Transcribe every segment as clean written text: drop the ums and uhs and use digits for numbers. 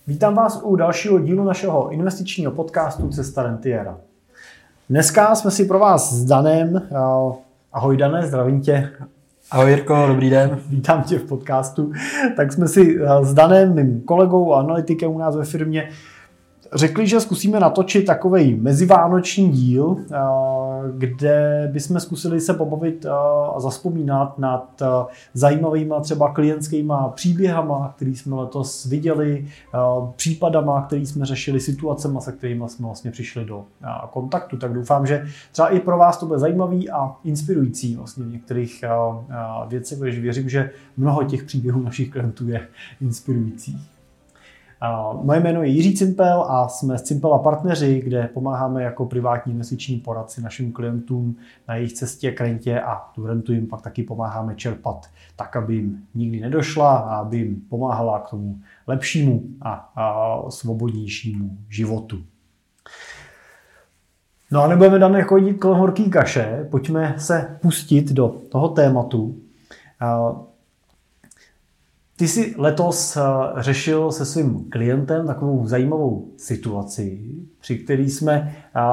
Vítám vás u dalšího dílu našeho investičního podcastu Cesta rentiera. Dneska jsme si pro vás s Danem, ahoj Dane, zdravím tě. Ahoj Jirko, dobrý den. Vítám tě v podcastu. Tak jsme si s Danem, mým kolegou a analytikem u nás ve firmě, řekli, že zkusíme natočit takovej mezivánoční díl, kde bychom zkusili se pobavit a zavzpomínat nad zajímavýma třeba klientskýma příběhama, který jsme letos viděli, případama, který jsme řešili, situacema, se kterými jsme vlastně přišli do kontaktu. Tak doufám, že třeba i pro vás to bude zajímavý a inspirující vlastně v některých věcech, protože věřím, že mnoho těch příběhů našich klientů je inspirujících. Moje jméno je Jiří Cimpel a jsme z Cimpel a partneři, kde pomáháme jako privátní investiční poradci našim klientům na jejich cestě k rentě a tu rentu jim pak taky pomáháme čerpat tak, aby jim nikdy nedošla a aby jim pomáhala k tomu lepšímu a svobodnějšímu životu. No a nebudeme Dané chodit kolem horký kaše, pojďme se pustit do toho tématu. Ty jsi letos řešil se svým klientem takovou zajímavou situaci, při který jsme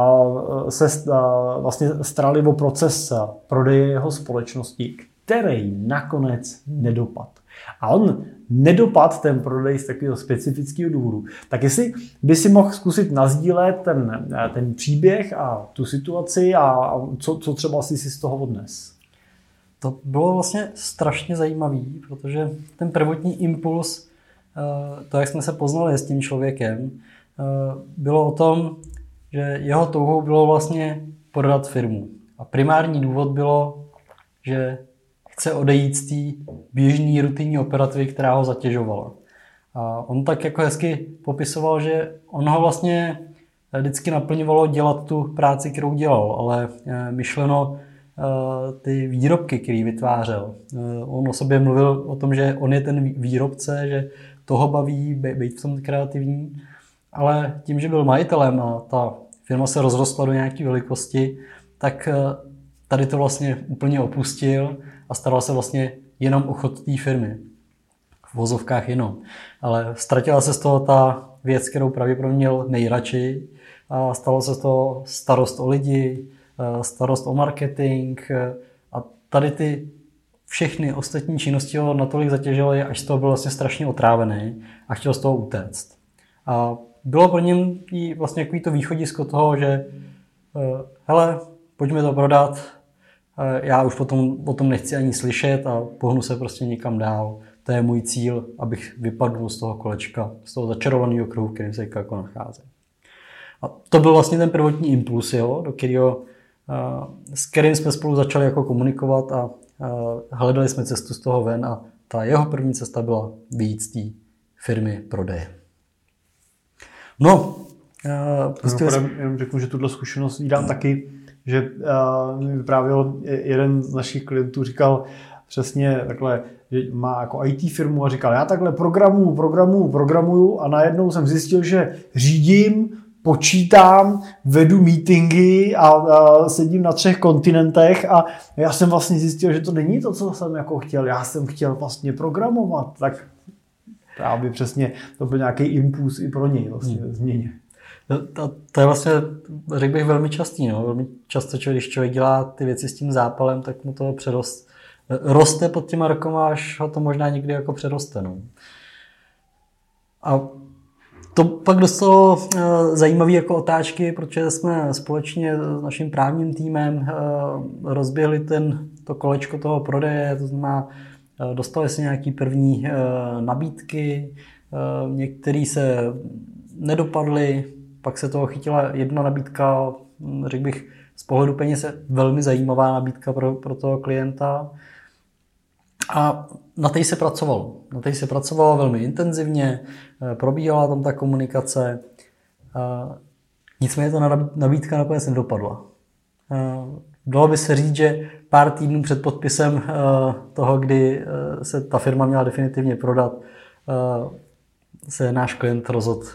se vlastně starali o proces prodeje jeho společnosti, který nakonec nedopad. A on nedopad ten prodej z takového specifického důvodu. Tak jestli by si mohl zkusit nasdílet ten příběh a tu situaci a co třeba si z toho odnes? To bylo vlastně strašně zajímavý, protože ten prvotní impuls, to, jak jsme se poznali s tím člověkem, bylo o tom, že jeho touhou bylo vlastně prodat firmu. A primární důvod bylo, že chce odejít z té běžné rutinní operativy, která ho zatěžovala. A on tak jako hezky popisoval, že on ho vlastně vždycky naplňovalo dělat tu práci, kterou dělal, ale myšleno ty výrobky, který vytvářel. On o sobě mluvil o tom, že on je ten výrobce, že toho baví být v tom kreativní, ale tím, že byl majitelem a ta firma se rozrostla do nějaké velikosti, tak tady to vlastně úplně opustil a staral se vlastně jenom o chod té firmy. V vozovkách jenom. Ale ztratila se z toho ta věc, kterou pravděpodobně měl nejradši, a stalo se z toho starost o lidi, starost o marketing a tady ty všechny ostatní činnosti ho natolik zatěžily, až z toho byl vlastně strašně otrávený a chtěl z toho utéct. A bylo pro něm i vlastně takový to východisko toho, že hele, pojďme to prodat, já už potom o tom nechci ani slyšet a pohnu se prostě někam dál. To je můj cíl, abych vypadl z toho kolečka, z toho začarovaného kruhu, v kterém se jako nachází. A to byl vlastně ten prvotní impuls, jo, s kterým jsme spolu začali jako komunikovat a hledali jsme cestu z toho ven a ta jeho první cesta byla vyjít z té firmy prodeje. Jenom řeknu, že tuhle zkušenost dám taky, že mi vyprávěl jeden z našich klientů, říkal přesně takhle, že má jako IT firmu a říkal, já takhle programuju a najednou jsem zjistil, že řídím, počítám, vedu meetingy a sedím na 3 kontinentech a já jsem vlastně zjistil, že to není to, co jsem jako chtěl. Já jsem chtěl vlastně programovat, tak právě přesně to byl nějaký impuls i pro něj vlastně změně. To je vlastně, řekl bych, velmi častý. No? Velmi často, když člověk dělá ty věci s tím zápalem, tak mu to roste pod těma rokama, až ho to možná někdy jako přeroste. No? A to pak dostalo zajímavé jako otáčky, protože jsme společně s naším právním týmem rozběhli to kolečko toho prodeje, to znamená, dostali se nějaké první nabídky, některé se nedopadly, pak se toho chytila jedna nabídka, řekl bych, z pohledu peněz velmi zajímavá nabídka pro toho klienta. A na té se pracovalo velmi intenzivně, probíhala tam ta komunikace, nicméně ta nabídka nakonec nedopadla. Dalo by se říct, že pár týdnů před podpisem toho, kdy se ta firma měla definitivně prodat, se náš klient rozhodl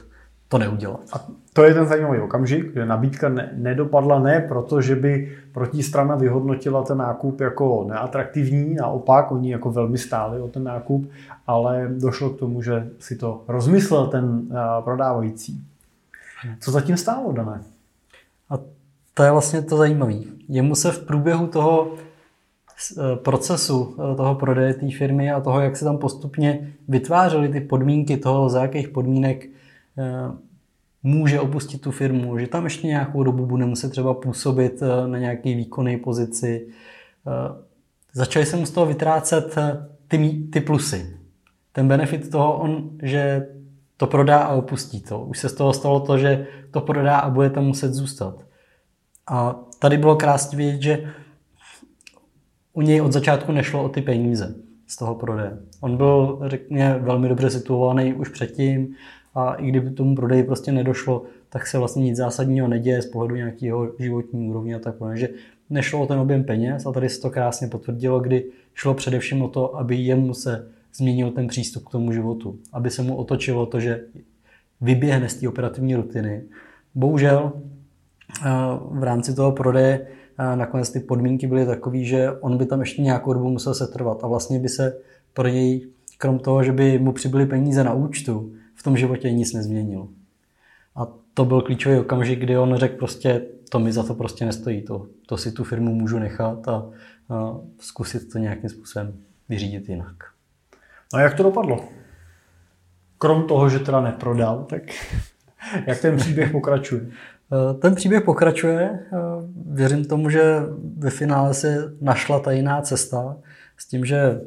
to neudělat. A to je ten zajímavý okamžik, že nabídka nedopadla ne proto, že by protistrana vyhodnotila ten nákup jako neatraktivní, naopak, oni jako velmi stáli o ten nákup, ale došlo k tomu, že si to rozmyslel ten prodávající. Co zatím stálo, Dané? A to je vlastně to zajímavé. Jemu se v průběhu toho procesu toho prodeje té firmy a toho, jak se tam postupně vytvářely ty podmínky toho, za jakých podmínek může opustit tu firmu, že tam ještě nějakou dobu bude muset třeba působit na nějaké výkonné pozici. Začaly se mu z toho vytrácet ty plusy. Ten benefit toho, že to prodá a opustí to. Už se z toho stalo to, že to prodá a bude tam muset zůstat. A tady bylo krásně vidět, že u něj od začátku nešlo o ty peníze z toho prodeje. On byl, řekněme, velmi dobře situovaný už předtím a i kdyby tomu prodeji prostě nedošlo, tak se vlastně nic zásadního neděje z pohledu nějakého životní úrovně a tak podobně. Že nešlo o ten objem peněz a tady se to krásně potvrdilo, kdy šlo především o to, aby jemu se změnil ten přístup k tomu životu. Aby se mu otočilo to, že vyběhne z té operativní rutiny. Bohužel v rámci toho prodeje nakonec ty podmínky byly takové, že on by tam ještě nějakou dobu musel setrvat a vlastně by se pro něj, krom toho, že by mu přibyly peníze na účtu, v tom životě nic nezměnilo. A to byl klíčový okamžik, kdy on řekl prostě, to mi za to prostě nestojí, to si tu firmu můžu nechat a zkusit to nějakým způsobem vyřídit jinak. A jak to dopadlo? Krom toho, že teda neprodal, tak jak ten příběh pokračuje? Ten příběh pokračuje. Věřím tomu, že ve finále se našla ta jiná cesta s tím, že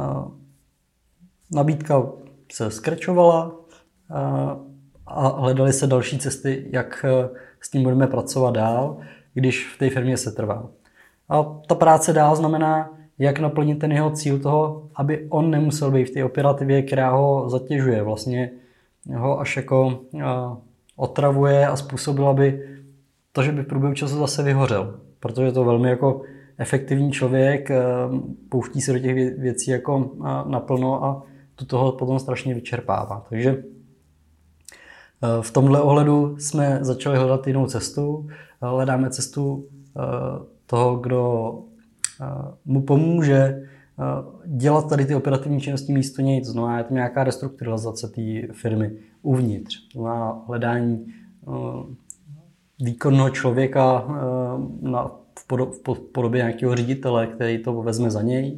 nabídka se skrečovala a hledaly se další cesty, jak s tím budeme pracovat dál, když v té firmě se trvá. A ta práce dál znamená, jak naplnit ten jeho cíl toho, aby on nemusel být v té operativě, která ho zatěžuje. Vlastně ho až jako otravuje a způsobila by to, že by v průběhu času zase vyhořel. Protože je to velmi jako efektivní člověk, pouští se do těch věcí jako naplno a tu toho potom strašně vyčerpává. Takže v tomhle ohledu jsme začali hledat jinou cestu. Hledáme cestu toho, kdo mu pomůže dělat tady ty operativní činnosti místo něj. To znamená, je to nějaká restrukturalizace té firmy uvnitř. To znamená hledání výkonného člověka v podobě nějakého ředitele, který to vezme za něj.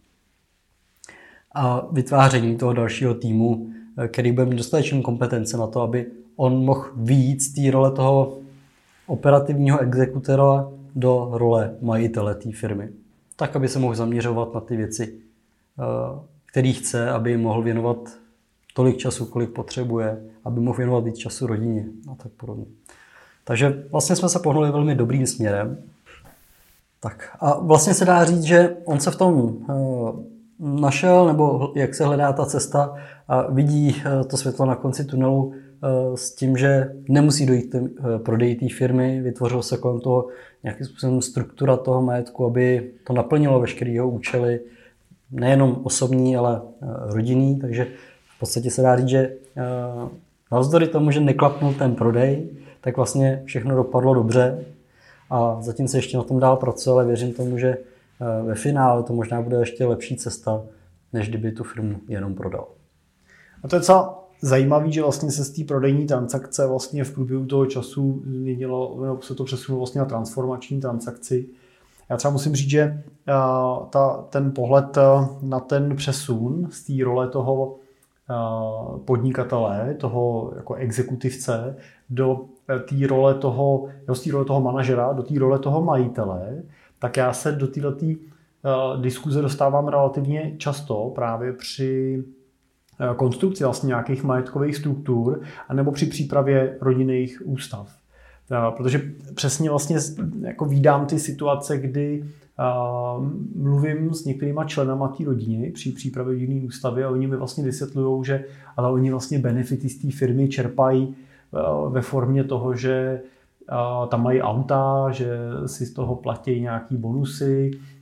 A vytváření toho dalšího týmu, který bude mít dostatečnou kompetence na to, aby on mohl vyjít z té role toho operativního exekutora do role majitele té firmy. Tak, aby se mohl zaměřovat na ty věci, které chce, aby mohl věnovat tolik času, kolik potřebuje, aby mohl věnovat víc času rodině a tak podobně. Takže vlastně jsme se pohnuli velmi dobrým směrem. Tak a vlastně se dá říct, že on se v tom našel, nebo jak se hledá ta cesta a vidí to světlo na konci tunelu s tím, že nemusí dojít k prodeji té firmy, vytvořil se kolem toho nějakým způsobem struktura toho majetku, aby to naplnilo veškeré jeho účely, nejenom osobní, ale rodinný, takže v podstatě se dá říct, že navzdory tomu, že neklapnul ten prodej, tak vlastně všechno dopadlo dobře a zatím se ještě na tom dál pracuje, ale věřím tomu, že ve finále to možná bude ještě lepší cesta, než kdyby tu firmu jenom prodal. A to je docela zajímavý, že vlastně se z té prodejní transakce vlastně v průběhu toho času změnilo, se to přesunulo vlastně na transformační transakci. Já třeba musím říct, že ten pohled na ten přesun z té role toho podnikatele, toho jako exekutivce, do té role toho, manažera, do té role toho majitele, tak já se do této diskuze dostávám relativně často právě při konstrukci vlastně nějakých majetkových struktur anebo při přípravě rodinných ústav. Protože přesně vlastně jako vídám ty situace, kdy mluvím s některýma členama té rodiny při přípravě rodinné ústavy a oni mi vlastně vysvětlují, že ale oni vlastně benefity z té firmy čerpají ve formě toho, že tam mají auta, že si z toho platí nějaký bonusy,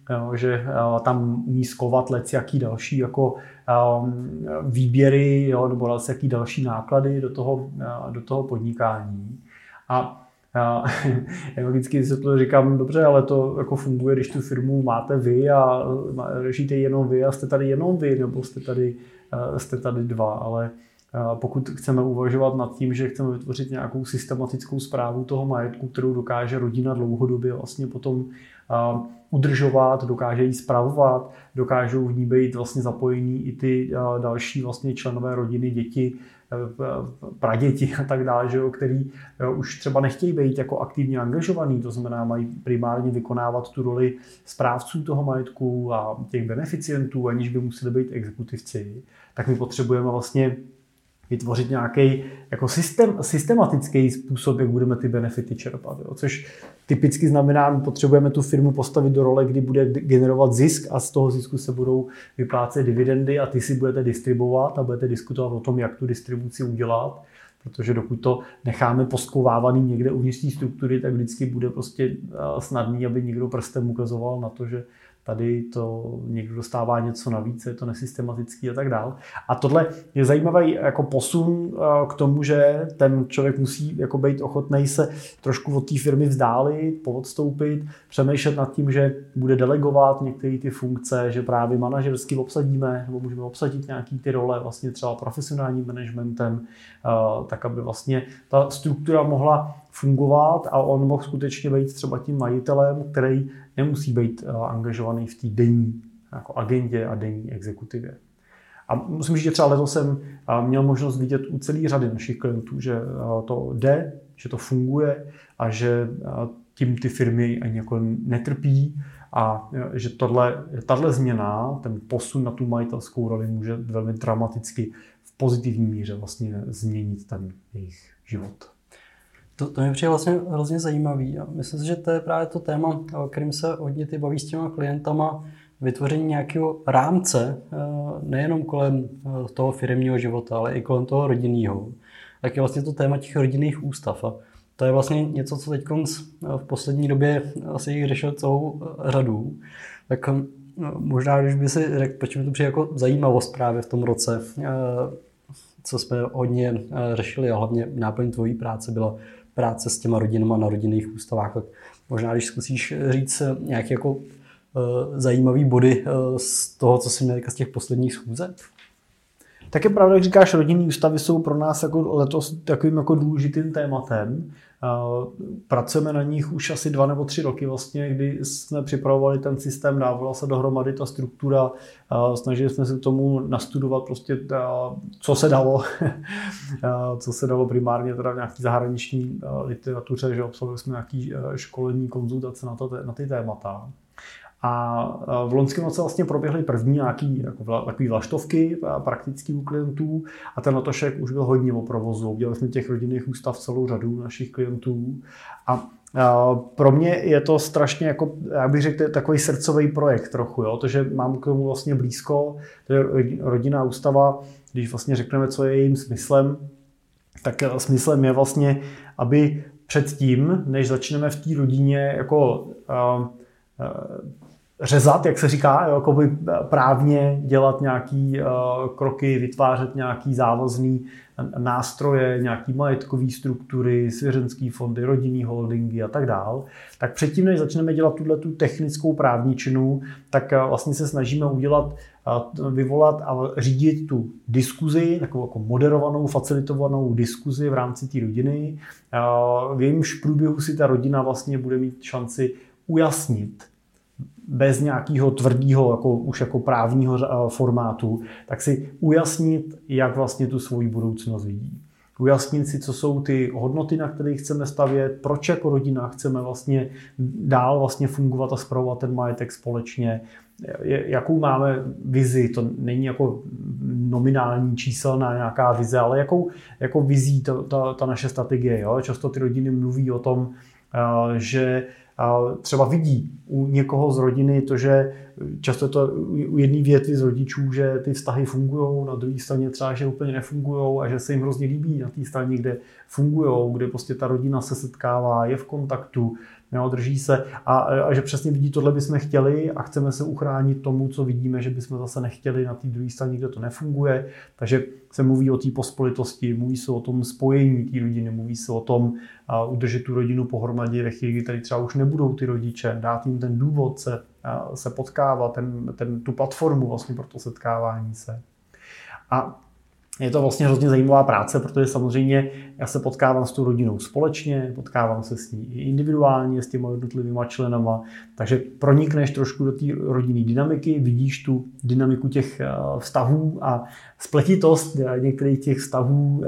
jo, že tam umí skovat jaký další jako výběry, jo, nebo jaký další náklady do toho podnikání. A já vždycky se to říkám, dobře, ale to jako funguje, když tu firmu máte vy a řešíte jenom vy a jste tady jenom vy, nebo jste tady dva, ale pokud chceme uvažovat nad tím, že chceme vytvořit nějakou systematickou správu toho majetku, kterou dokáže rodina dlouhodobě vlastně potom udržovat, dokáže ji spravovat, dokážou v ní být vlastně zapojení i ty další vlastně členové rodiny, děti, praděti a tak dále, že jo, který už třeba nechtějí být jako aktivně angažovaný, to znamená, mají primárně vykonávat tu roli správců toho majetku a těch beneficientů, aniž by museli být exekutivci, tak my potřebujeme vlastně vytvořit nějaký jako systematický způsob, jak budeme ty benefity čerpat. Jo? Což typicky znamená, že potřebujeme tu firmu postavit do role, kdy bude generovat zisk a z toho zisku se budou vyplácet dividendy a ty si budete distribuovat a budete diskutovat o tom, jak tu distribuci udělat. Protože dokud to necháme poskovávaný někde uvnitř té struktury, tak vždycky bude prostě snadný, aby někdo prstem ukazoval na to, že tady to někdo dostává něco navíc, je to nesystematický a tak dál. A tohle je zajímavý jako posun k tomu, že ten člověk musí jako být ochotný se trošku od té firmy vzdálit, poodstoupit, přemýšlet nad tím, že bude delegovat některé ty funkce, že právě manažersky obsadíme, nebo můžeme obsadit nějaký ty role vlastně třeba profesionálním managementem, tak aby vlastně ta struktura mohla fungovat a on mohl skutečně být třeba tím majitelem, který nemusí být angažovaný v té denní jako agendě a denní exekutivě. A musím říct, že třeba letos jsem měl možnost vidět u celé řady našich klientů, že to jde, že to funguje a že tím ty firmy ani jako netrpí a že tahle změna, ten posun na tu majitelskou roli může velmi dramaticky v pozitivní míře vlastně změnit ten jejich život. To mě přijde vlastně hrozně zajímavý a myslím si, že to je právě to téma, o kterým se hodně ty baví s těma klientama, vytvoření nějakého rámce, nejenom kolem toho firemního života, ale i kolem toho rodinného. Tak je vlastně to téma těch rodinných ústav. A to je vlastně něco, co teď v poslední době asi jich řešil celou řadu. Tak možná, když by si řekl, proč mi to přijde jako zajímavost právě v tom roce, co jsme hodně řešili a hlavně náplň tvojí práce byla práce s těma rodinama na rodinných ústavách. Tak možná, když zkusíš říct nějaké jako zajímavý body z toho, co jsi měl z těch posledních schůzek? Tak je pravda, jak říkáš, rodinný ústavy jsou pro nás jako letos takovým jako důležitým tématem. Pracujeme na nich už asi 2 nebo 3 roky vlastně, kdy jsme připravovali ten systém, dávala se dohromady ta struktura, snažili jsme se k tomu nastudovat prostě, co se dalo primárně teda v nějaký zahraniční literatuře, že absolvovali jsme nějaký školení, konzultace na ty témata. A v loňském roce vlastně proběhly první nějaký takový vlaštovky praktický u klientů a ten letošek už byl hodně o provozu. Udělali jsme těch rodinných ústav celou řadu našich klientů a pro mě je to strašně, jako, já bych řekl, takový srdcový projekt trochu, jo? Protože mám k tomu vlastně blízko, to je rodinná ústava, když vlastně řekneme, co je jejím smyslem, tak smyslem je vlastně, aby předtím, než začneme v té rodině jako řezat, jak se říká, jako by právně dělat nějaký kroky, vytvářet nějaký závazný nástroje, nějaký majetkový struktury, svěřenský fondy, rodinný holdingy a tak dál. Tak předtím, než začneme dělat tu technickou právničinu, tak vlastně se snažíme vyvolat a řídit tu diskuzi, takovou jako moderovanou, facilitovanou diskuzi v rámci té rodiny. V jejímž průběhu si ta rodina vlastně bude mít šanci ujasnit bez nějakého tvrdého, už jako právního formátu, tak si ujasnit, jak vlastně tu svoji budoucnost vidí. Ujasnit si, co jsou ty hodnoty, na kterých chceme stavět, proč jako rodina chceme vlastně dál vlastně fungovat a spravovat ten majetek společně, jakou máme vizi, to není jako nominální číselná nějaká vize, ale jakou jako vizí ta naše strategie. Jo? Často ty rodiny mluví o tom, že třeba vidí u někoho z rodiny to, že často to u jedné větvy z rodičů, že ty vztahy fungují, na druhé straně třeba, že úplně nefungují a že se jim hrozně líbí na té straně, kde fungují, kde prostě ta rodina se setkává, je v kontaktu, drží se a že přesně vidí, tohle bychom chtěli a chceme se uchránit tomu, co vidíme, že bychom zase nechtěli na té druhé straně, kde to nefunguje. Takže se mluví o té pospolitosti, mluví se o tom spojení té rodiny, mluví se o tom udržet tu rodinu pohromadě ve chvíli, kdy tady třeba už nebudou ty rodiče, dát jim ten důvod se potkávat, tu platformu vlastně pro to setkávání se. A je to vlastně hrozně zajímavá práce, protože samozřejmě já se potkávám s tou rodinou společně, potkávám se s ní i individuálně, s těma jednotlivýma členama, takže pronikneš trošku do té rodinné dynamiky, vidíš tu dynamiku těch vztahů a spletitost některých těch vztahů,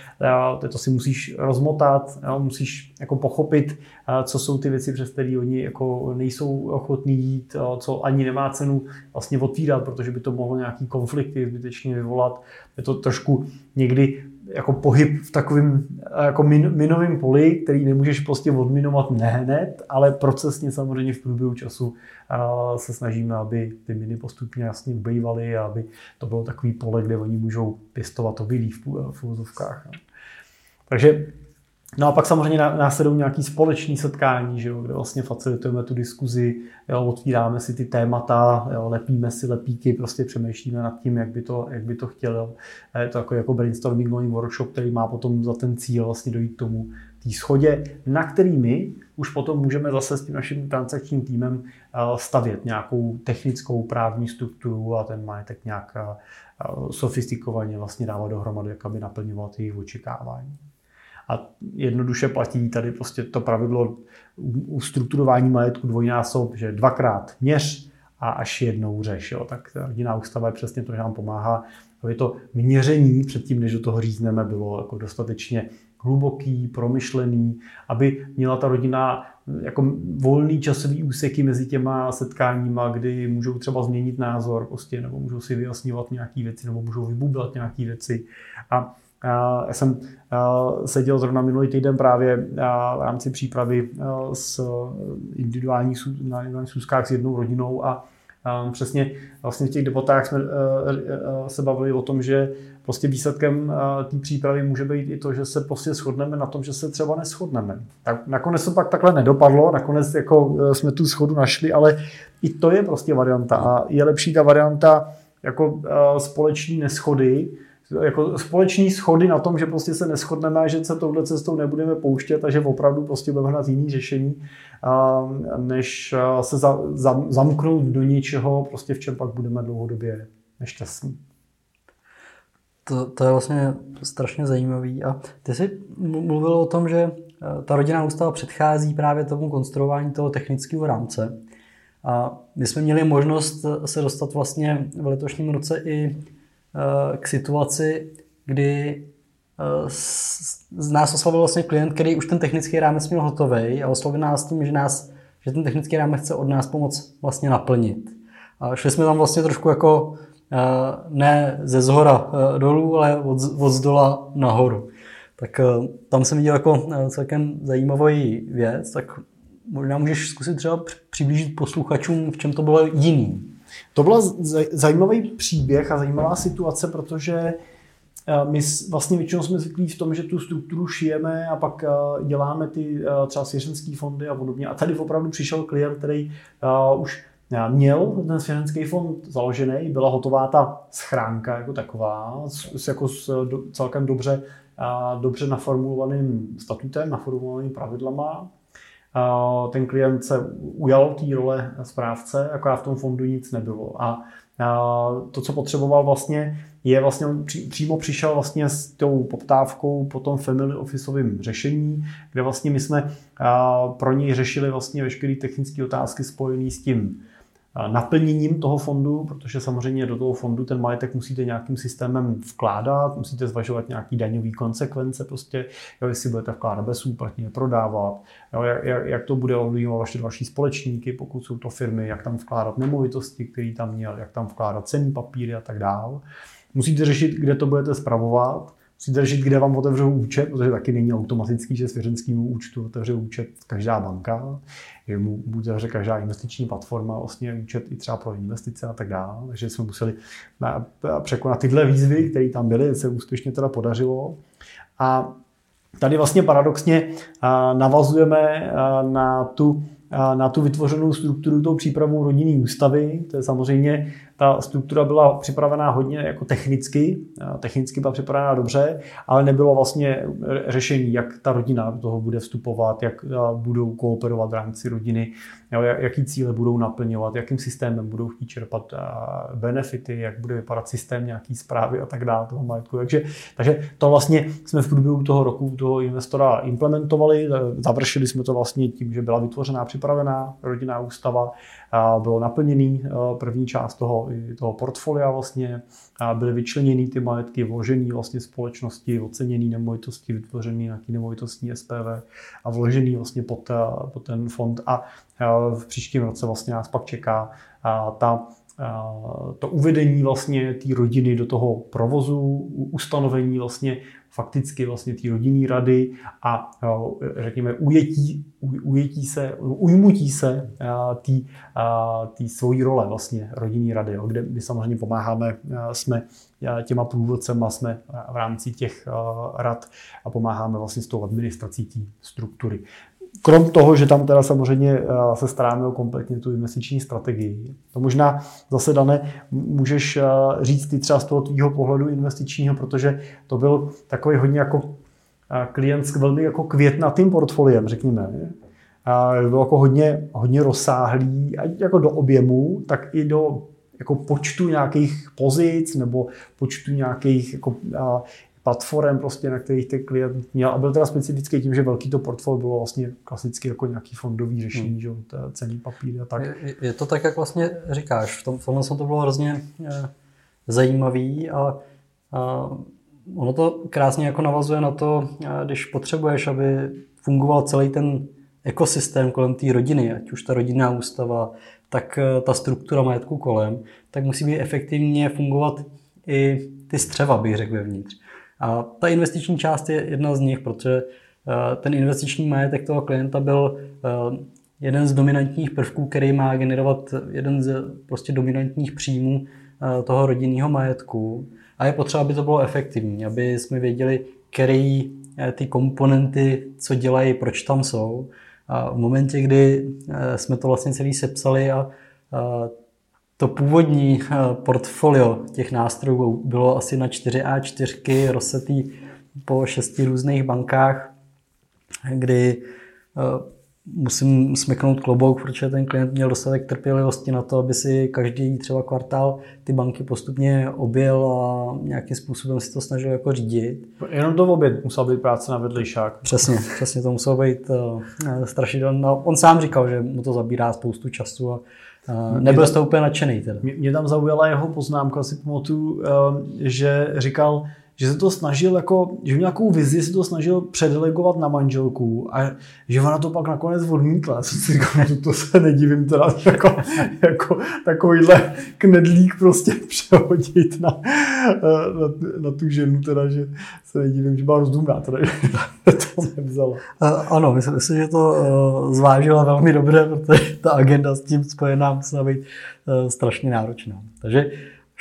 to si musíš rozmotat, musíš jako pochopit, co jsou ty věci, přes které oni jako nejsou ochotní jít, co ani nemá cenu vlastně otvírat, protože by to mohlo nějaký konflikty zbytečně vyvolat. Je to trošku někdy jako pohyb v takovém jako minovém poli, který nemůžeš prostě odminovat hned, ale procesně samozřejmě v průběhu času se snažíme, aby ty miny postupně jasně ubývaly a aby to bylo takový pole, kde oni můžou pěstovat obilí v uvozovkách. Takže no a pak samozřejmě následují nějaké společné setkání, že jo, kde vlastně facilitujeme tu diskuzi, jo, otvíráme si ty témata, jo, lepíme si lepíky, prostě přemýšlíme nad tím, jak by to chtělo. Je to jako brainstormingový workshop, který má potom za ten cíl vlastně dojít k tomu té shodě, na který my už potom můžeme zase s tím naším transakčním týmem stavět nějakou technickou právní strukturu a ten majetek nějak sofistikovaně vlastně dávat dohromady, jak aby naplňoval jejich očekávání. A jednoduše platí tady prostě to pravidlo u strukturování majetku dvojnásob, že 2x měř a až jednou řeš. Jo. Tak rodinná ústava je přesně to, že nám pomáhá, aby to měření předtím, než do toho řízneme, bylo jako dostatečně hluboký, promyšlený, aby měla ta rodina jako volný časový úseky mezi těma setkáníma, kdy můžou třeba změnit názor, prostě, nebo můžou si vyjasňovat nějaké věci, nebo můžou vybublat nějaké věci. A já jsem seděl zrovna minulý týden právě v rámci přípravy na individuálních schůzkách s jednou rodinou a přesně vlastně v těch debatách jsme se bavili o tom, že prostě výsledkem té přípravy může být i to, že se prostě shodneme na tom, že se třeba neshodneme. Tak nakonec to pak takhle nedopadlo, nakonec jako jsme tu shodu našli, ale i to je prostě varianta a je lepší ta varianta jako společní neschody, jako společní schody na tom, že prostě se neshodneme a že se touhle cestou nebudeme pouštět a že opravdu prostě budeme hledat jiný řešení, než se zamknout do něčeho, prostě v čem pak budeme dlouhodobě nešťastní. To je vlastně strašně zajímavý. A ty jsi mluvil o tom, že ta rodinná ústava předchází právě tomu konstruování toho technického rámce. A my jsme měli možnost se dostat vlastně v letošním roce i k situaci, kdy z nás oslovil vlastně klient, který už ten technický rámec měl hotový a oslovil nás tím, že ten technický rámec chce od nás pomoct vlastně naplnit. A šli jsme tam vlastně trošku jako ne ze zhora dolů, ale od zdola nahoru. Tak tam jsem viděl jako celkem zajímavý věc, tak možná můžeš zkusit třeba přiblížit posluchačům, v čem to bylo jiný. To byl zajímavý příběh a zajímavá situace, protože my vlastně většinou jsme zvyklí v tom, že tu strukturu šijeme a pak děláme ty třeba svěřenský fondy a podobně. A tady opravdu přišel klient, který už měl ten svěřenský fond založený, byla hotová ta schránka jako taková, s celkem dobře naformulovaným statutem, naformulovaným pravidlama. Ten klient se ujal té role správce, akorát v tom fondu nic nebylo. A to, co potřeboval vlastně, je vlastně přímo přišel vlastně s tou poptávkou po tom family officeovým řešení, kde vlastně my jsme pro něj řešili vlastně veškeré technické otázky spojené s tím naplněním toho fondu, protože samozřejmě do toho fondu ten majetek musíte nějakým systémem vkládat, musíte zvažovat nějaký daňový konsekvence, prostě, jo, jestli budete vkládat bezúplatně, prodávat, jo, jak to bude ovlivňovat vaše další společníky, pokud jsou to firmy, jak tam vkládat nemovitosti, který tam měl, jak tam vkládat cenný papíry a tak dále. Musíte řešit, kde to budete spravovat, přidržet, kde vám otevřou účet, protože taky není automatický, že svěřenskému účtu otevře účet každá banka, že mu otevře každá investiční platforma vlastně účet i třeba pro investice a tak dále. Takže jsme museli překonat tyhle výzvy, které tam byly, se úspěšně teda podařilo. A tady vlastně paradoxně navazujeme na tu vytvořenou strukturu tou přípravou rodinné ústavy. To je samozřejmě, ta struktura byla připravená hodně jako technicky byla připravená dobře, ale nebylo vlastně řešení, jak ta rodina do toho bude vstupovat, jak budou kooperovat v rámci rodiny, jaký cíle budou naplňovat, jakým systémem budou chtít čerpat benefity, jak bude vypadat systém nějaký správy a tak dále toho majetku. Takže to vlastně jsme v průběhu toho roku toho investora implementovali, završili jsme to vlastně tím, že byla vytvořená připravená rodinná ústava, bylo naplněný první část toho portfolia vlastně, byly vyčleněny ty majetky, vložený vlastně společnosti, oceněný nemovitosti, vytvořený nějaký nemovitostní SPV a vložený vlastně pod ten fond a v příštím roce vlastně nás pak čeká to uvedení vlastně té rodiny do toho provozu, ustanovení vlastně fakticky vlastně té rodinné rady a řekněme ujmutí se té svojí role vlastně rodinné rady, kde my samozřejmě pomáháme, jsme těma průvodcema, jsme v rámci těch rad a pomáháme vlastně s tou administrací té struktury. Krom toho, že tam teda samozřejmě se staráme o kompletně tu investiční strategii. To možná zase, Dane, můžeš říct ty třeba z toho tvýho pohledu investičního, protože to byl takový hodně jako klient s velmi jako květnatým portfoliem, řekněme. Byl jako hodně rozsáhlý, ať jako do objemu, tak i do jako počtu nějakých pozic nebo počtu nějakých jako platform, prostě, na kterých ten klient měl. A byl teda specifický tím, že velký to portfolio bylo vlastně klasicky jako nějaký fondový řešení, že cenný papíry a tak. Je to tak, jak vlastně říkáš. V tomhle to bylo hrozně zajímavý a ono to krásně jako navazuje na to, když potřebuješ, aby fungoval celý ten ekosystém kolem té rodiny, ať už ta rodinná ústava, tak ta struktura majetku kolem, tak musí být efektivně fungovat i ty střeva, bych řekl, vevnitř. A ta investiční část je jedna z nich, protože ten investiční majetek toho klienta byl jeden z dominantních prvků, který má generovat jeden z prostě dominantních příjmů toho rodinného majetku. A je potřeba, aby to bylo efektivní, aby jsme věděli, které ty komponenty, co dělají, proč tam jsou. A v momentě, kdy jsme to vlastně celý sepsali a to původní portfolio těch nástrojů bylo asi na 4 A4, rozsetý po 6 různých bankách, kdy musím smeknout klobouk, protože ten klient měl dostatek trpělivosti na to, aby si každý třeba kvartál ty banky postupně objel a nějakým způsobem si to snažil jako řídit. Jenom to oběd musela být práce na vedlejšák. Přesně to muselo být strašidelné. On sám říkal, že mu to zabírá spoustu času a nebyl jste úplně nadšený. Teda. Mě tam zaujala jeho poznámka, si pamatuju, že říkal, že se to snažil že nějakou vizi se to snažil předelegovat na manželku a že ona to pak nakonec odmítla. Já si říkal, to se nedivím teda jako takovýhle knedlík prostě přehodit na tu ženu, teda, že se nedivím, že byla rozdumná, teda, že to nevzala. Ano, myslím, že to zvážila velmi dobře, protože ta agenda s tím spojená musela být strašně náročná. Takže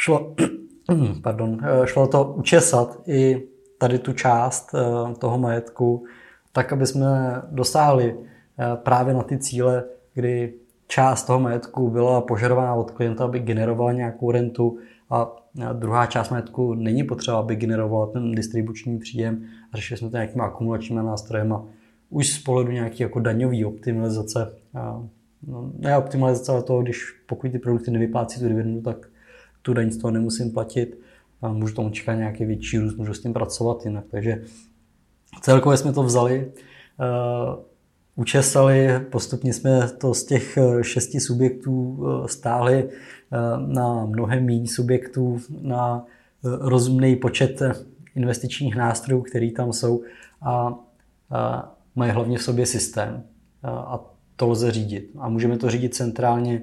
šlo to učesat i tady tu část toho majetku, tak, aby jsme dosáhli právě na ty cíle, kdy část toho majetku byla požadována od klienta, aby generovala nějakou rentu a druhá část majetku není potřeba, aby generovala ten distribuční příjem a řešili jsme to nějakými akumulačními nástroji. Už z pohledu nějaký jako daňový optimalizace, ne optimalizace, ale toho, pokud ty produkty nevyplácí tu dividendu, tak tu daň z toho nemusím platit a můžu tomu čekat nějaký větší růst, můžu s tím pracovat jinak. Takže celkově jsme to vzali, učesali, postupně jsme to z těch 6 subjektů stáhli na mnohem méně subjektů, na rozumný počet investičních nástrojů, které tam jsou a mají hlavně v sobě systém a to lze řídit. A můžeme to řídit centrálně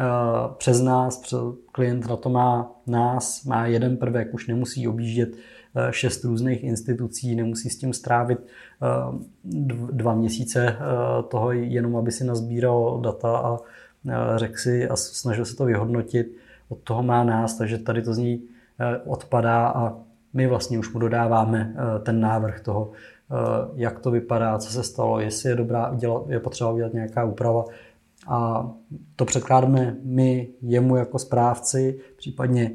přes nás, klient na to má jeden prvek, už nemusí objíždět 6 různých institucí, nemusí s tím strávit 2 měsíce toho jenom, aby si nazbíral data a řekl si a snažil se to vyhodnotit. Od toho má nás, takže tady to z ní odpadá a my vlastně už mu dodáváme ten návrh toho, jak to vypadá, co se stalo, jestli je potřeba udělat nějaká úprava. A to předkládáme my jemu jako správci, případně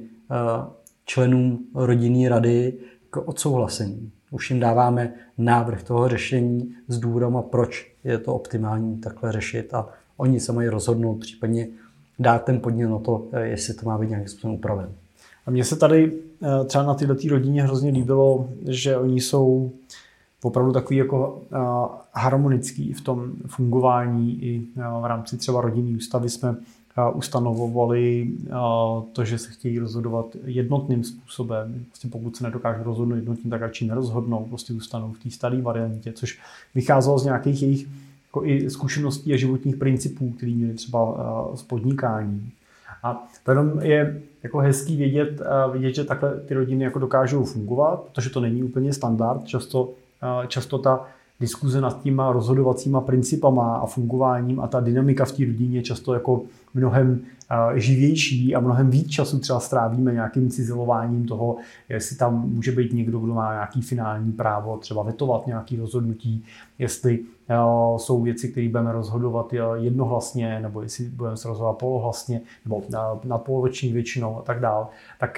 členům rodinné rady k odsouhlasení. Už jim dáváme návrh toho řešení s důvodem, proč je to optimální takhle řešit a oni se mají rozhodnout, případně dát ten podnět na to, jestli to má být nějakým způsobem upraven. A mně se tady třeba na této rodině hrozně líbilo, že oni jsou opravdu takový jako harmonický v tom fungování. I v rámci třeba rodinné ústavy jsme ustanovovali to, že se chtějí rozhodovat jednotným způsobem. Prostě pokud se nedokážou rozhodnout jednotně, tak radši nerozhodnou, prostě zůstanou v té staré variantě, což vycházelo z nějakých jejich jako i zkušeností a životních principů, které měli třeba z podnikání. A to jenom je jako hezký vědět, že takhle ty rodiny jako dokážou fungovat, protože to není úplně standard. Často ta diskuze nad těma rozhodovacíma principama a fungováním a ta dynamika v té rodině často jako mnohem živější a mnohem víc času třeba strávíme nějakým cizelováním toho, jestli tam může být někdo, kdo má nějaký finální právo třeba vetovat nějaké rozhodnutí, jestli jsou věci, které budeme rozhodovat jednohlasně, nebo jestli budeme se rozhodovat polohlasně, nebo nadpoloviční většinou a tak dále. Tak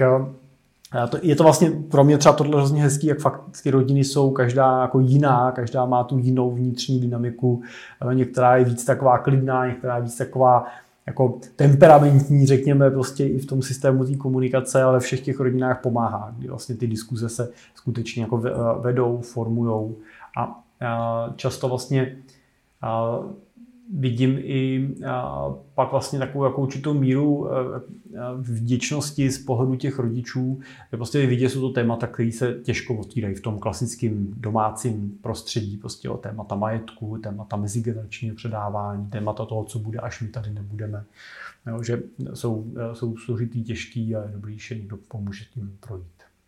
je to vlastně pro mě třeba tohle hrozně hezký, jak fakt ty rodiny jsou každá jako jiná, každá má tu jinou vnitřní dynamiku, některá je víc taková klidná, některá je víc taková jako temperamentní, řekněme, prostě i v tom systému té komunikace, ale všech těch rodinách pomáhá, kdy vlastně ty diskuze se skutečně jako vedou, formujou a často vlastně vidím i pak vlastně takovou jako určitou míru vděčnosti z pohledu těch rodičů. Prostě vidět, jsou to témata, které se těžko otvírají v tom klasickém domácím prostředí. Prostě o témata majetku, témata mezigeneračního předávání, témata toho, co bude, až my tady nebudeme. Jo, že jsou složitý, těžký a je dobrý, že někdo pomůže tím projít.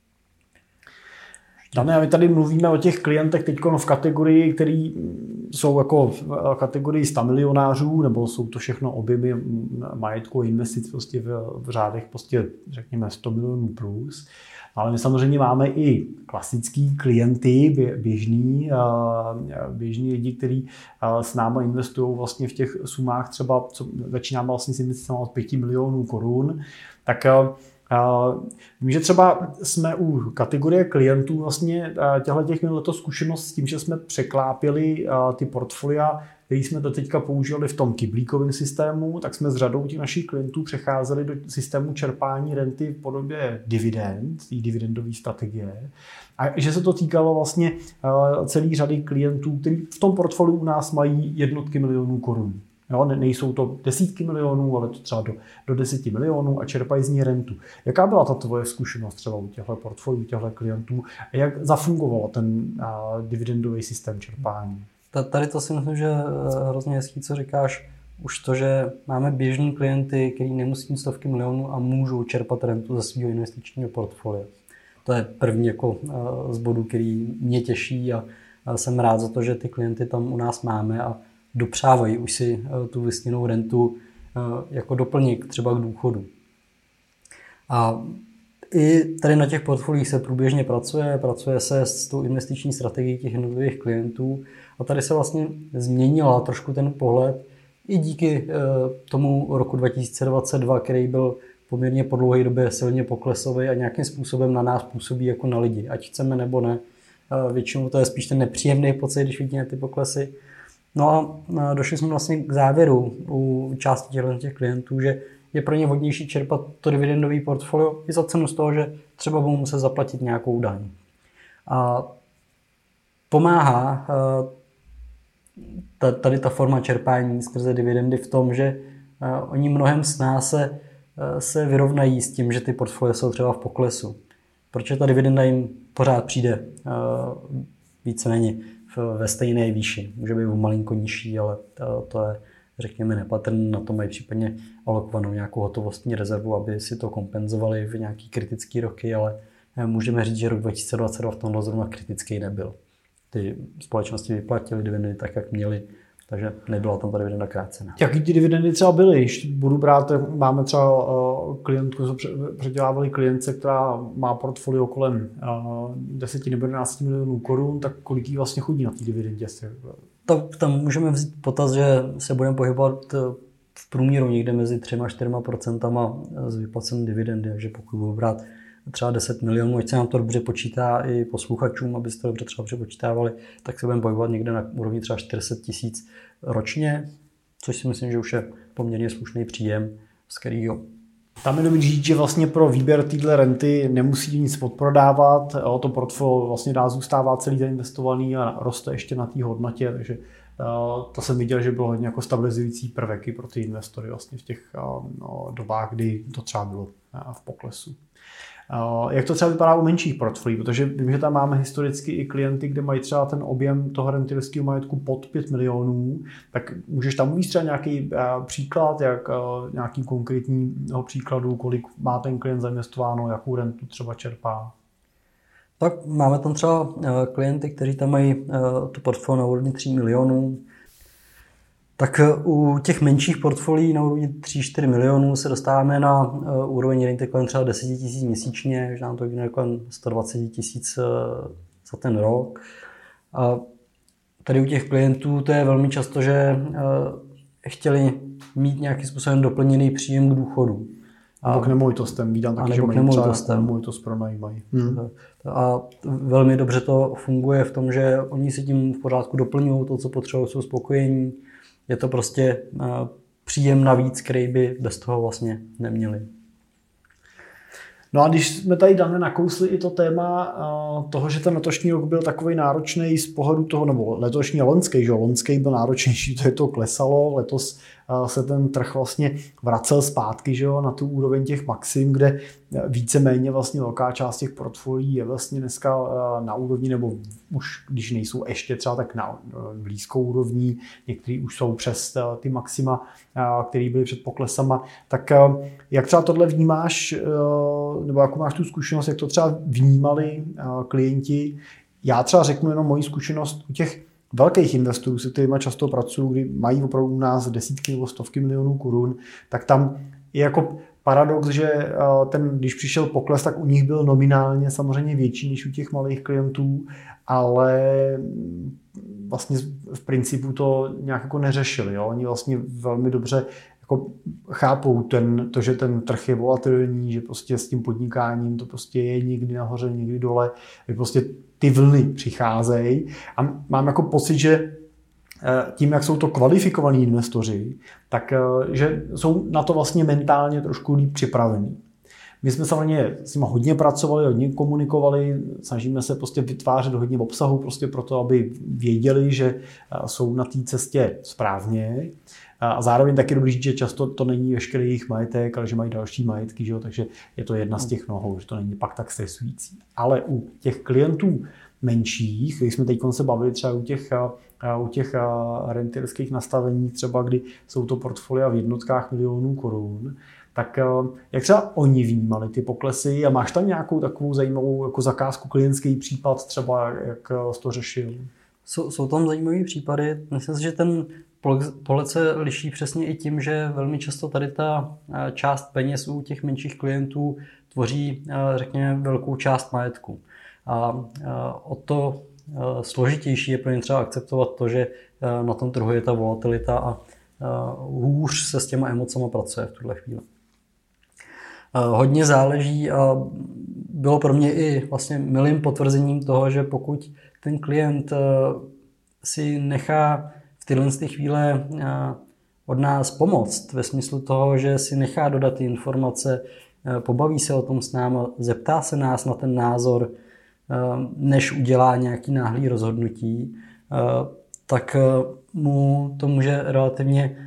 Dáme, a my tady mluvíme o těch klientech teď v kategorii, které jsou jako v kategorii 100 milionářů, nebo jsou to všechno objemy majetku a investic prostě v řádech prostě řekněme 100 milionů plus. Ale my samozřejmě máme i klasický klienty, běžní lidi, kteří s námi investují vlastně v těch sumách třeba, co začínáme vlastně s investicemi od 5 milionů korun, tak vím, že třeba jsme u kategorie klientů vlastně těch měli letos zkušenost s tím, že jsme překlápili ty portfolia, které jsme do teďka používali v tom kyblíkovém systému, tak jsme s řadou těch našich klientů přecházeli do systému čerpání renty v podobě dividend, té dividendové strategie. A že se to týkalo vlastně celý řady klientů, kteří v tom portfoliu u nás mají jednotky milionů korun. Jo, nejsou to desítky milionů, ale to třeba do 10 milionů a čerpají z ní rentu. Jaká byla ta tvoje zkušenost třeba u těchto portfoliů, těchto klientů a jak zafungoval ten dividendový systém čerpání? Tady to si myslím, že je hrozně hezký, co říkáš. Už to, že máme běžní klienty, kteří nemusí mít stovky milionů a můžou čerpat rentu ze svého investičního portfolia. To je první jako z bodů, který mě těší a jsem rád za to, že ty klienty tam u nás máme a dopřávají už si tu vysněnou rentu jako doplněk třeba k důchodu. A i tady na těch portfoliích se průběžně pracuje se s tou investiční strategií těch jednotlivých klientů a tady se vlastně změnila trošku ten pohled i díky tomu roku 2022, který byl poměrně po dlouhé době silně poklesový a nějakým způsobem na nás působí jako na lidi, ať chceme nebo ne. Většinou to je spíš ten nepříjemný pocit, když vidíme ty poklesy. No a došli jsme vlastně k závěru u části těch klientů, že je pro ně vhodnější čerpat to dividendové portfolio i za cenu z toho, že třeba budou muset zaplatit nějakou daň. A pomáhá tady ta forma čerpání skrze dividendy v tom, že oni mnohem snáze se vyrovnají s tím, že ty portfolie jsou třeba v poklesu. Protože ta dividenda jim pořád přijde víceméně ve stejné výši. Může být o malinko nižší, ale to je, řekněme, nepatrné. Na to mají případně alokovanou nějakou hotovostní rezervu, aby si to kompenzovali v nějaký kritický roky, ale můžeme říct, že rok 2022 v tomhle zrovna kritický nebyl. Ty společnosti vyplatily dividendy tak, jak měly, takže nebyla tam ta dividenda krácena. Jaký ty dividendy třeba byly? Když budu brát, máme třeba klientku, předělávali klientce, která má portfolio kolem 10 nebo 11 milionů korun, tak kolik jí vlastně chodí na té dividendě? Tam můžeme vzít potaz, že se budeme pohybovat v průměru někde mezi 3-4% z vyplacené dividendy, takže pokud budu brát třeba 10 milionů, ať se nám to dobře počítá i posluchačům, abyste to dobře třeba přepočítávali, tak se budeme pohybovat někde na úrovni třeba 400 000 ročně, což si myslím, že už je poměrně slušný příjem, z kterého. Tam je dobrý říct, že vlastně pro výběr téhle renty nemusí nic odprodávat, to portfolio vlastně dál zůstává celý zainvestovaný a roste ještě na té hodnotě, takže to jsem viděl, že bylo hodně jako stabilizující prvek i pro ty investory vlastně v těch dobách, kdy to třeba bylo v poklesu. Jak to třeba vypadá u menších portfolií, protože vím, že tam máme historicky i klienty, kde mají třeba ten objem toho rentierského majetku pod 5 milionů, tak můžeš tam uvést třeba nějaký příklad, nějaký konkrétního příkladu, kolik má ten klient zainvestováno, jakou rentu třeba čerpá? Tak máme tam třeba klienty, kteří tam mají to portfolio na úrovni 3 milionů. Tak u těch menších portfolií na úrovni 3-4 milionů se dostáváme na úroveň renty kolem třeba 10 000 měsíčně, že nám to vyjde kolem 120 000 za ten rok. A tady u těch klientů to je velmi často, že chtěli mít nějakým způsobem doplněný příjem k důchodu. Nebo k nemovitostem, vídám taky, že mají třeba nemovitost pronajímají. A velmi dobře to funguje v tom, že oni si tím v pořádku doplňují to, co potřebují, jsou spokojení. Je to prostě příjem navíc, který by bez toho vlastně neměli. No a když jsme tady dáme nakousli i to téma toho, že ten letošní rok byl takový náročný z pohledu toho, nebo letošní loňský, že loňský byl náročnější, to klesalo, letos se ten trh vlastně vracel zpátky, že na tu úroveň těch maxim, kde víceméně vlastně velká část těch portfolií je vlastně dneska na úrovni, nebo už když nejsou ještě třeba tak na blízkou úrovní, některý už jsou přes ty maxima, které byly před poklesama, tak jak třeba tohle vnímáš, nebo jakou máš tu zkušenost, jak to třeba vnímali klienti? Já třeba řeknu jenom moji zkušenost u těch velkých investorů, se kterými často pracuju, kdy mají opravdu u nás desítky nebo stovky milionů korun, tak tam je jako paradox, že když přišel pokles, tak u nich byl nominálně samozřejmě větší než u těch malých klientů, ale vlastně v principu to nějak jako neřešili. Jo? Oni vlastně velmi dobře jako chápou to, že ten trh je volatilní, že prostě s tím podnikáním to prostě je někdy nahoře, někdy dole, že prostě ty vlny přicházejí a mám jako pocit, že tím, jak jsou to kvalifikovaní investoři, tak že jsou na to vlastně mentálně trošku líp připravení. My jsme samozřejmě s nimi hodně pracovali, hodně komunikovali, snažíme se prostě vytvářet hodně obsahu prostě proto, aby věděli, že jsou na té cestě správně. A zároveň taky dobrý říct, že často to není veškerý jejich majetek, ale že mají další majetky, že jo? Takže je to jedna z těch nohou, že to není pak tak stresující. Ale u těch klientů menších, když jsme teď se bavili třeba u těch rentierských nastavení, třeba kdy jsou to portfolia v jednotkách milionů korun, tak jak třeba oni vnímali ty poklesy a máš tam nějakou takovou zajímavou jako zakázku, klientský případ třeba, jak jsi to řešil? Jsou tam zajímavé případy. Myslím si, že ten pohled se liší přesně i tím, že velmi často tady ta část peněz u těch menších klientů tvoří, řekněme, velkou část majetku. A o to složitější je pro ně třeba akceptovat to, že na tom trhu je ta volatilita a hůř se s těma emocema pracuje v tuhle chvíli. Hodně záleží a bylo pro mě i vlastně milým potvrzením toho, že pokud ten klient si nechá v tyhle chvíle od nás pomoct, ve smyslu toho, že si nechá dodat ty informace, pobaví se o tom s náma, zeptá se nás na ten názor, než udělá nějaký náhlý rozhodnutí, tak mu to může relativně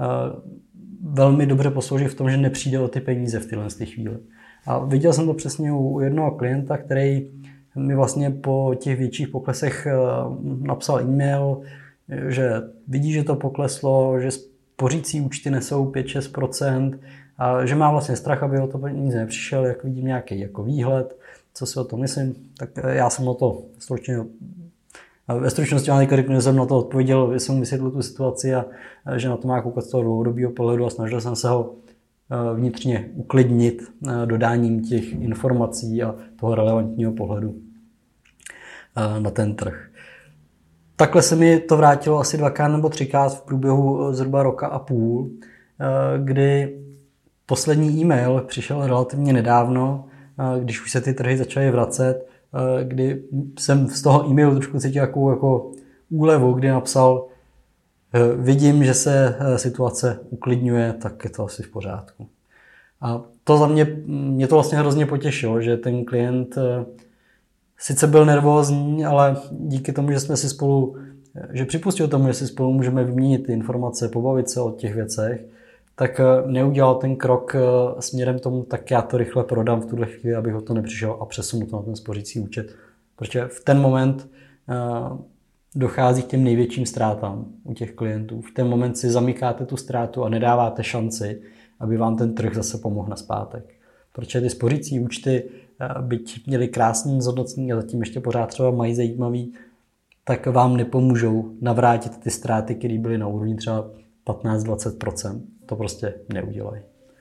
velmi dobře posloužit v tom, že nepřijde o ty peníze v tyhle chvíli. A viděl jsem to přesně u jednoho klienta, který mi vlastně po těch větších poklesech napsal e-mail, že vidí, že to pokleslo, že spořící účty nesou 5-6%, a že má vlastně strach, aby o to peníze nepřišel, jak vidím nějaký jako výhled, co si o tom myslím, tak já jsem na to ve stručnosti vám řeknu, že jsem na to odpověděl, že jsem vysvětlil tu situaci a že na to má koukat z toho dlouhodobého pohledu a snažil jsem se ho vnitřně uklidnit dodáním těch informací a toho relevantního pohledu na ten trh. Takhle se mi to vrátilo asi 2x nebo 3x v průběhu zhruba roka a půl, kdy poslední e-mail přišel relativně nedávno, když už se ty trhy začaly vracet, kdy jsem z toho e-mailu trošku cítil jako úlevu, kdy napsal: vidím, že se situace uklidňuje, tak je to asi v pořádku. A to za mě to vlastně hrozně potěšilo, že ten klient sice byl nervózní, ale díky tomu, že připustil tomu, že si spolu můžeme vyměnit ty informace, pobavit se o těch věcech, tak neudělal ten krok směrem tomu, tak já to rychle prodám v tuhle chvíli, abych ho to nepřišel a přesunu to na ten spořící účet. Protože v ten moment dochází k těm největším ztrátám u těch klientů. V ten moment si zamykáte tu ztrátu a nedáváte šanci, aby vám ten trh zase pomohl nazpátek. Protože ty spořící účty, byť měly krásný zhodnocení a zatím ještě pořád třeba mají zajímavý, tak vám nepomůžou navrátit ty ztráty, které byly na úrovni třeba 15-20%. To prostě neudělají.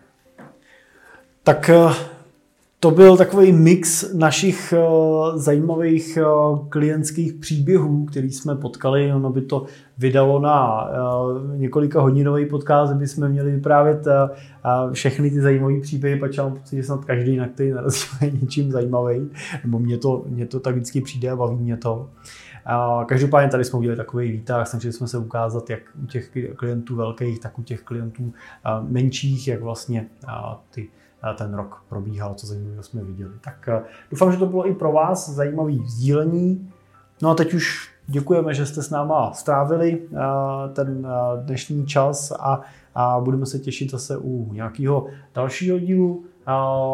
Tak to byl takový mix našich zajímavých klientských příběhů, který jsme potkali. Ono by to vydalo na několika hodinový podcast, kdyby jsme měli vyprávět všechny ty zajímavé příběhy, pač mám pocit, že snad každý na který narazil je něčím zajímavý. Nebo mně to tak vždycky přijde a baví mě to. Každopádně tady jsme udělali takový výtah, snažili jsme se ukázat, jak u těch klientů velkých, tak u těch klientů menších, jak vlastně ten rok probíhal, co zajímavého jsme viděli. Tak doufám, že to bylo i pro vás zajímavé sdílení. No a teď už děkujeme, že jste s náma strávili ten dnešní čas a budeme se těšit zase u nějakého dalšího dílu,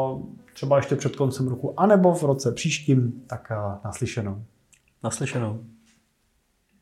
třeba ještě před koncem roku, anebo v roce příštím, tak naslyšenou. Naslyšenou.